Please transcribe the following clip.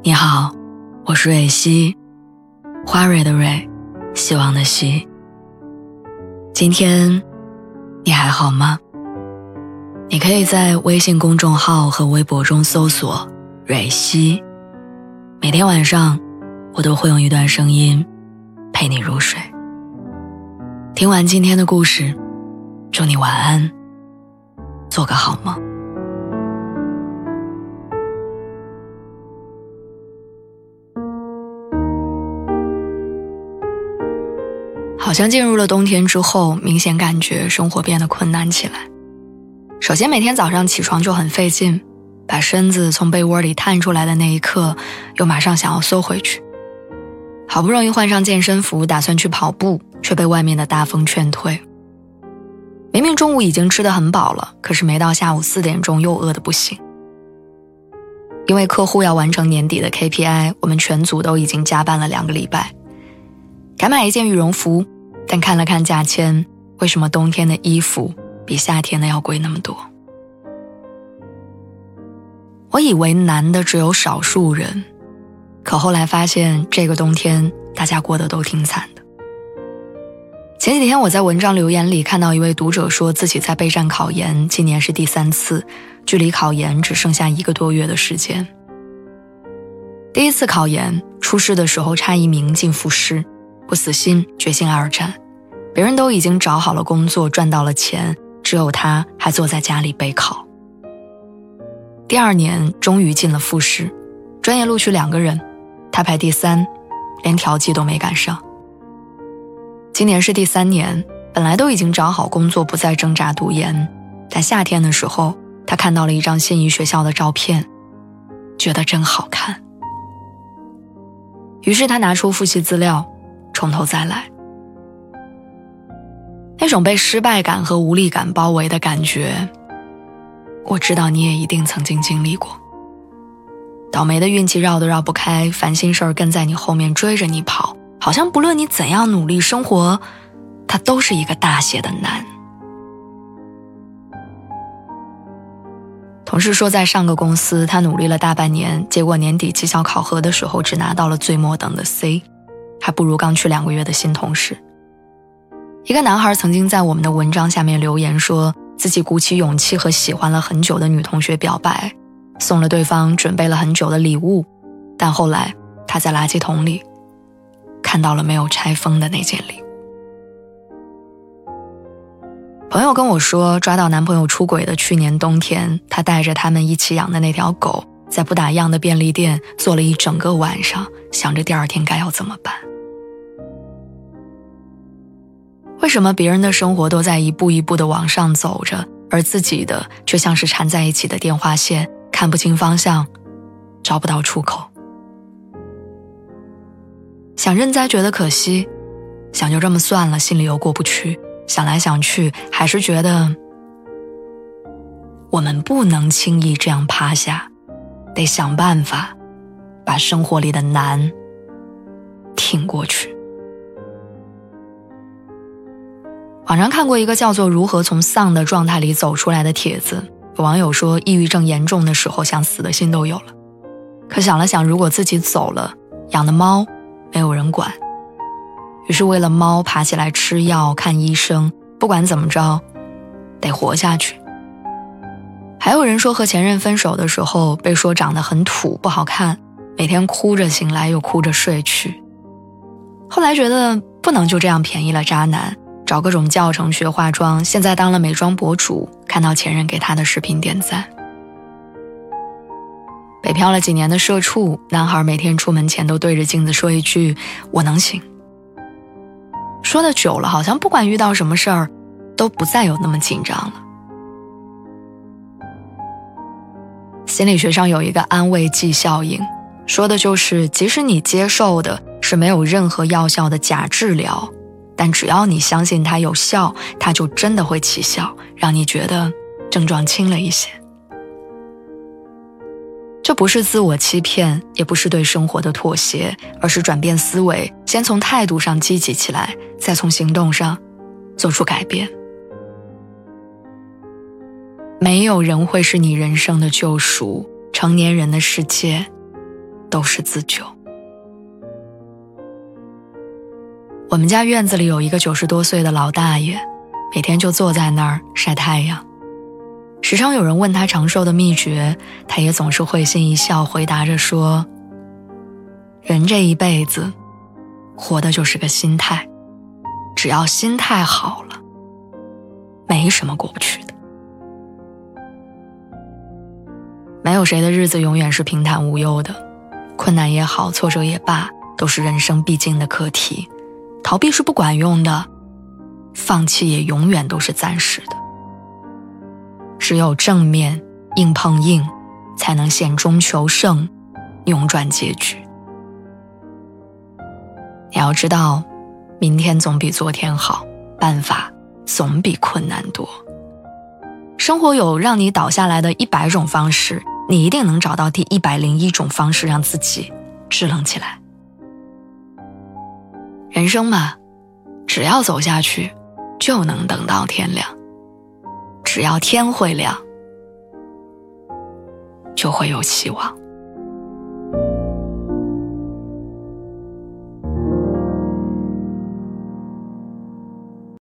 你好，我是蕊希，花蕊的蕊，希望的希。今天你还好吗？你可以在微信公众号和微博中搜索蕊希，每天晚上我都会用一段声音陪你入睡。听完今天的故事，祝你晚安，做个好梦。好像进入了冬天之后，明显感觉生活变得困难起来。首先每天早上起床就很费劲，把身子从被窝里探出来的那一刻，又马上想要缩回去。好不容易换上健身服，打算去跑步，却被外面的大风劝退。明明中午已经吃得很饱了，可是没到下午4点钟又饿得不行。因为客户要完成年底的 KPI， 我们全组都已经加班了2个礼拜。敢买一件羽绒服，但看了看价钱，为什么冬天的衣服比夏天的要贵那么多？我以为难的只有少数人，可后来发现这个冬天大家过得都挺惨的。前几天我在文章留言里看到一位读者说自己在备战考研，今年是第3次，距离考研只剩下1个多月的时间。第一次考研，初试的时候差1名进复试，不死心，决心2战。别人都已经找好了工作，赚到了钱，只有他还坐在家里备考。第2年终于进了复试，专业录取2个人，他排第3，连调剂都没赶上。今年是第3年，本来都已经找好工作，不再挣扎读研，但夏天的时候，他看到了一张心仪学校的照片，觉得真好看。于是他拿出复习资料，从头再来。那种被失败感和无力感包围的感觉，我知道你也一定曾经经历过。倒霉的运气绕都绕不开，烦心事儿跟在你后面追着你跑，好像不论你怎样努力，生活它都是一个大写的难。同事说在上个公司他努力了大半年，结果年底绩效考核的时候只拿到了最末等的 C， 还不如刚去2个月的新同事。一个男孩曾经在我们的文章下面留言说，自己鼓起勇气和喜欢了很久的女同学表白，送了对方准备了很久的礼物，但后来他在垃圾桶里看到了没有拆封的那件礼物。朋友跟我说，抓到男朋友出轨的去年冬天，他带着他们一起养的那条狗，在不打烊的便利店坐了一整个晚上，想着第2天该要怎么办。为什么别人的生活都在一步一步地往上走着，而自己的却像是缠在一起的电话线，看不清方向，找不到出口？想认栽觉得可惜，想就这么算了，心里又过不去，想来想去，还是觉得我们不能轻易这样趴下，得想办法把生活里的难挺过去。网上看过一个叫做如何从丧的状态里走出来的帖子，有网友说抑郁症严重的时候想死的心都有了，可想了想，如果自己走了，养的猫没有人管，于是为了猫爬起来吃药看医生，不管怎么着得活下去。还有人说和前任分手的时候被说长得很土不好看，每天哭着醒来又哭着睡去，后来觉得不能就这样便宜了渣男，找各种教程学化妆，现在当了美妆博主，看到前任给他的视频点赞。北漂了几年的社畜男孩每天出门前都对着镜子说一句我能行，说的久了，好像不管遇到什么事儿都不再有那么紧张了。心理学上有一个安慰剂效应，说的就是即使你接受的是没有任何药效的假治疗，但只要你相信它有效，它就真的会起效，让你觉得症状轻了一些。这不是自我欺骗，也不是对生活的妥协，而是转变思维，先从态度上积极起来，再从行动上做出改变。没有人会是你人生的救赎，成年人的世界都是自救。我们家院子里有一个90多岁的老大爷，每天就坐在那儿晒太阳。时常有人问他长寿的秘诀，他也总是会心一笑，回答着说：人这一辈子活的就是个心态，只要心态好了，没什么过不去的。没有谁的日子永远是平坦无忧的，困难也好，挫折也罢，都是人生必经的课题。逃避是不管用的，放弃也永远都是暂时的。只有正面硬碰硬，才能险中求胜，扭转结局。你要知道，明天总比昨天好，办法总比困难多。生活有让你倒下来的100种方式，你一定能找到第101种方式让自己支棱起来。人生嘛，只要走下去，就能等到天亮。只要天会亮，就会有希望。